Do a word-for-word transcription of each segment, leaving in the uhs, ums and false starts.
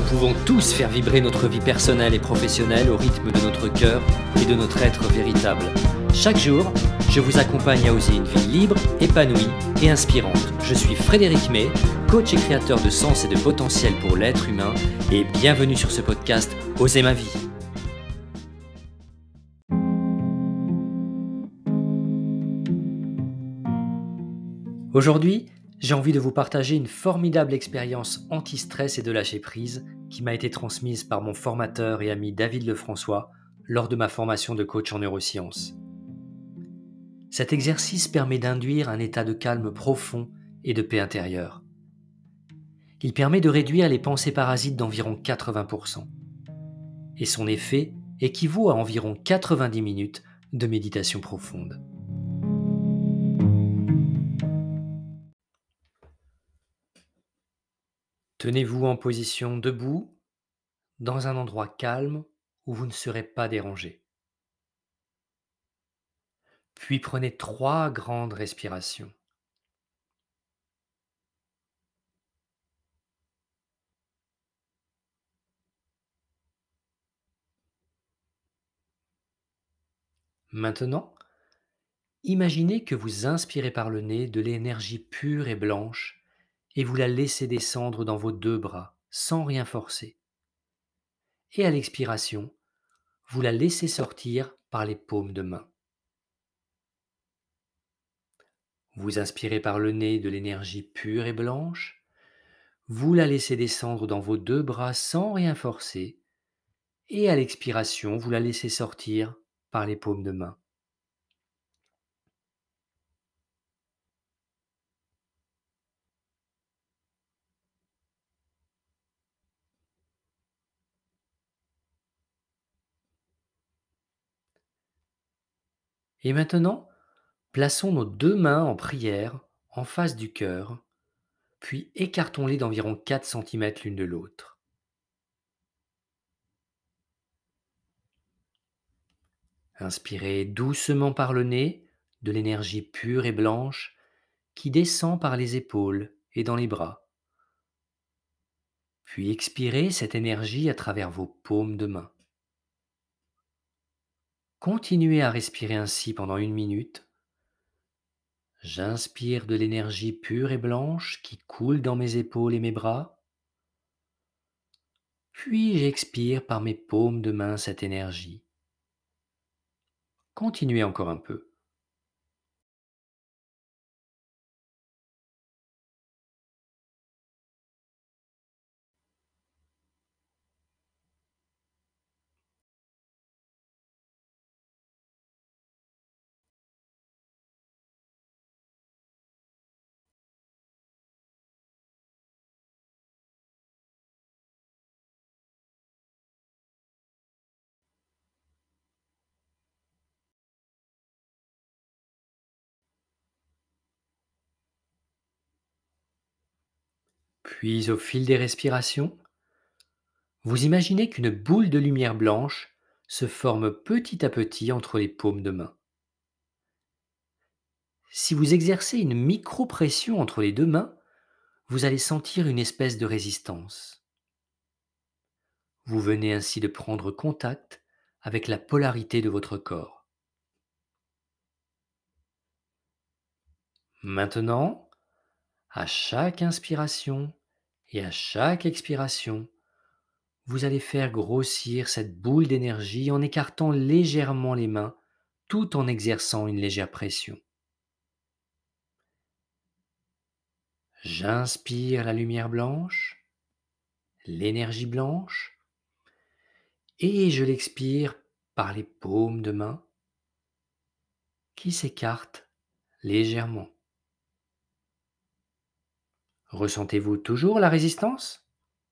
pouvons tous faire vibrer notre vie personnelle et professionnelle au rythme de notre cœur et de notre être véritable. Chaque jour, je vous accompagne à oser une vie libre, épanouie et inspirante. Je suis Frédéric May, coach et créateur de sens et de potentiel pour l'être humain, et bienvenue sur ce podcast Oser ma vie. Aujourd'hui, j'ai envie de vous partager une formidable expérience anti-stress et de lâcher prise qui m'a été transmise par mon formateur et ami David Lefrançois lors de ma formation de coach en neurosciences. Cet exercice permet d'induire un état de calme profond et de paix intérieure. Il permet de réduire les pensées parasites d'environ quatre-vingts pour cent. Et son effet équivaut à environ quatre-vingt-dix minutes de méditation profonde. Tenez-vous en position debout, dans un endroit calme où vous ne serez pas dérangé. Puis prenez trois grandes respirations. Maintenant, imaginez que vous inspirez par le nez de l'énergie pure et blanche et vous la laissez descendre dans vos deux bras sans rien forcer. Et à l'expiration, vous la laissez sortir par les paumes de main. Vous inspirez par le nez de l'énergie pure et blanche, vous la laissez descendre dans vos deux bras sans rien forcer, et à l'expiration, vous la laissez sortir par les paumes de main. Et maintenant, plaçons nos deux mains en prière en face du cœur, puis écartons-les d'environ quatre centimètres l'une de l'autre. Inspirez doucement par le nez de l'énergie pure et blanche qui descend par les épaules et dans les bras. Puis expirez cette énergie à travers vos paumes de main. Continuez à respirer ainsi pendant une minute. J'inspire de l'énergie pure et blanche qui coule dans mes épaules et mes bras. Puis j'expire par mes paumes de main cette énergie. Continuez encore un peu. Puis au fil des respirations, vous imaginez qu'une boule de lumière blanche se forme petit à petit entre les paumes de main. Si vous exercez une micro-pression entre les deux mains, vous allez sentir une espèce de résistance. Vous venez ainsi de prendre contact avec la polarité de votre corps. Maintenant, à chaque inspiration et à chaque expiration, vous allez faire grossir cette boule d'énergie en écartant légèrement les mains tout en exerçant une légère pression. J'inspire la lumière blanche, l'énergie blanche, et je l'expire par les paumes de main qui s'écartent légèrement. Ressentez-vous toujours la résistance?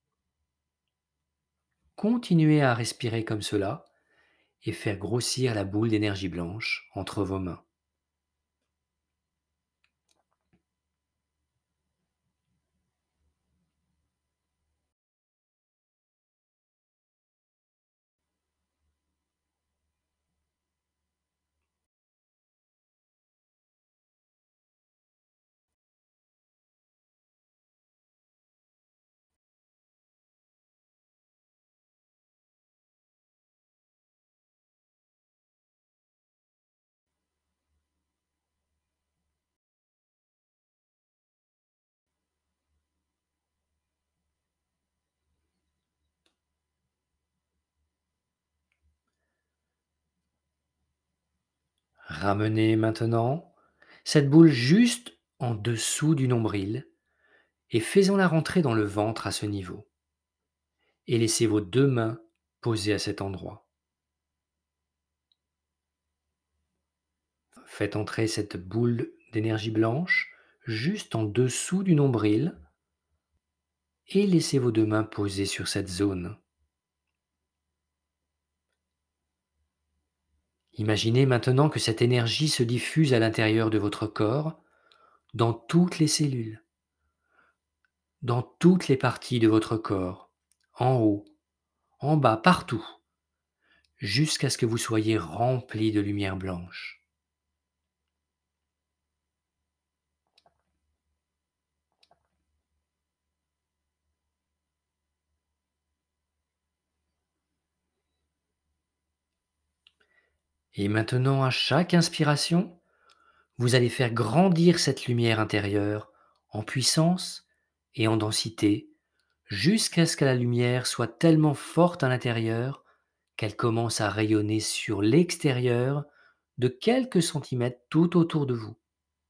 Continuez à respirer comme cela et faire grossir la boule d'énergie blanche entre vos mains. Ramenez maintenant cette boule juste en dessous du nombril et faisons-la rentrer dans le ventre à ce niveau. Et laissez vos deux mains posées à cet endroit. Faites entrer cette boule d'énergie blanche juste en dessous du nombril et laissez vos deux mains posées sur cette zone. Imaginez maintenant que cette énergie se diffuse à l'intérieur de votre corps, dans toutes les cellules, dans toutes les parties de votre corps, en haut, en bas, partout, jusqu'à ce que vous soyez rempli de lumière blanche. Et maintenant, à chaque inspiration, vous allez faire grandir cette lumière intérieure en puissance et en densité, jusqu'à ce que la lumière soit tellement forte à l'intérieur qu'elle commence à rayonner sur l'extérieur de quelques centimètres tout autour de vous.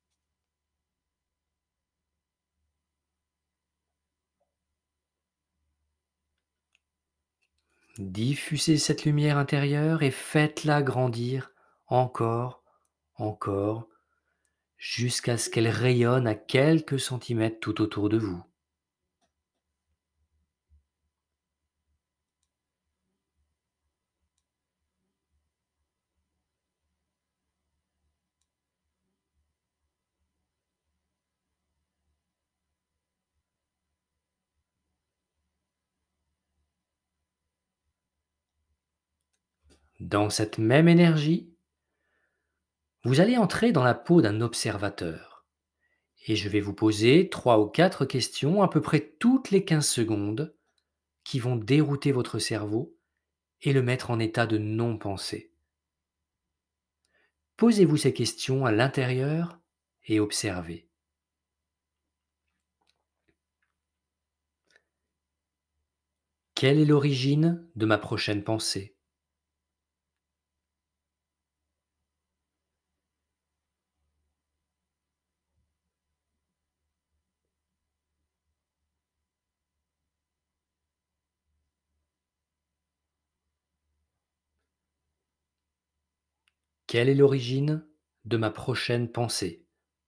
Diffusez cette lumière intérieure et faites-la grandir encore, encore, jusqu'à ce qu'elle rayonne à quelques centimètres tout autour de vous. Dans cette même énergie, vous allez entrer dans la peau d'un observateur et je vais vous poser trois ou quatre questions à peu près toutes les quinze secondes qui vont dérouter votre cerveau et le mettre en état de non-pensée. Posez-vous ces questions à l'intérieur et observez. Quelle est l'origine de ma prochaine pensée? Quelle est l'origine de ma prochaine pensée?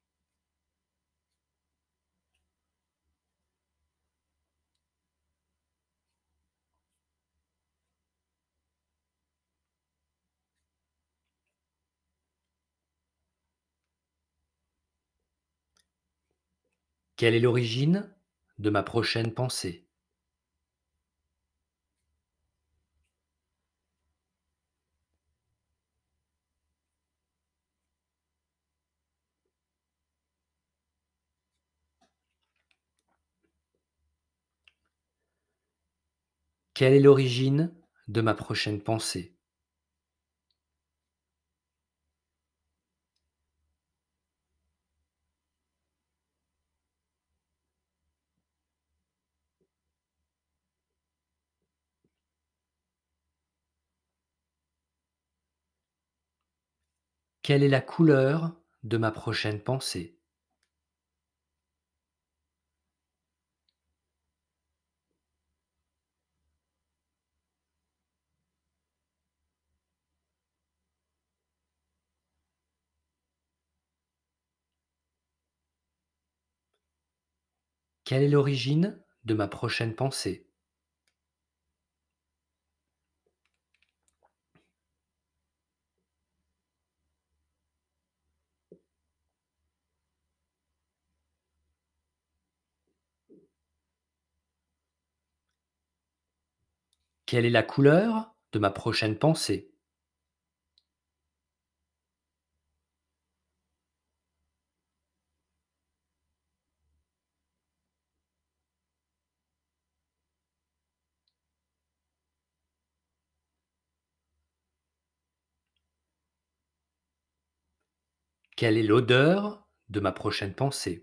Quelle est l'origine de ma prochaine pensée? Quelle est l'origine de ma prochaine pensée? Quelle est la couleur de ma prochaine pensée? Quelle est l'origine de ma prochaine pensée? Quelle est la couleur de ma prochaine pensée? Quelle est l'odeur de ma prochaine pensée?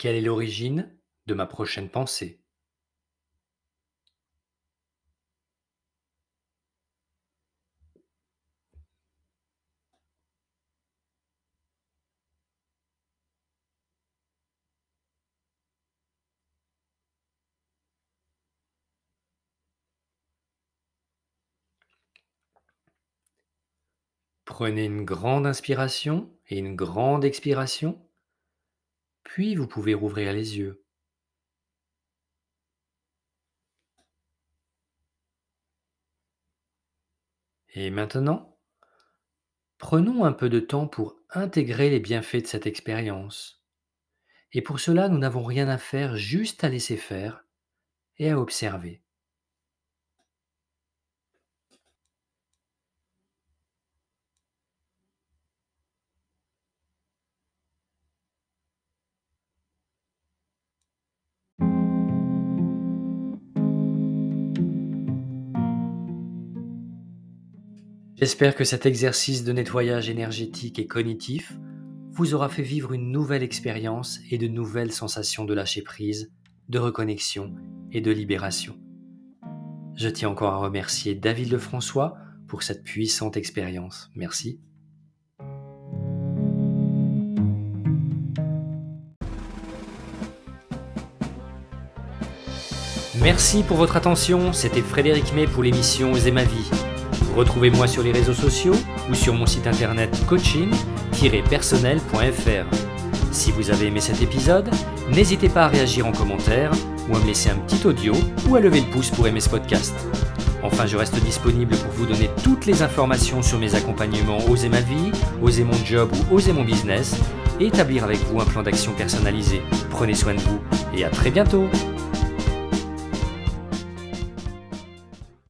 Quelle est l'origine de ma prochaine pensée? Prenez une grande inspiration et une grande expiration, puis vous pouvez rouvrir les yeux. Et maintenant, prenons un peu de temps pour intégrer les bienfaits de cette expérience. Et pour cela, nous n'avons rien à faire, juste à laisser faire et à observer. J'espère que cet exercice de nettoyage énergétique et cognitif vous aura fait vivre une nouvelle expérience et de nouvelles sensations de lâcher prise, de reconnexion et de libération. Je tiens encore à remercier David Lefrançois pour cette puissante expérience. Merci. Merci pour votre attention, c'était Frédéric May pour l'émission Oser ma vie. Retrouvez-moi sur les réseaux sociaux ou sur mon site internet coaching tiret personnel point f r. Si vous avez aimé cet épisode, n'hésitez pas à réagir en commentaire ou à me laisser un petit audio ou à lever le pouce pour aimer ce podcast. Enfin, je reste disponible pour vous donner toutes les informations sur mes accompagnements Oser ma vie, Oser mon job ou Oser mon business et établir avec vous un plan d'action personnalisé. Prenez soin de vous et à très bientôt.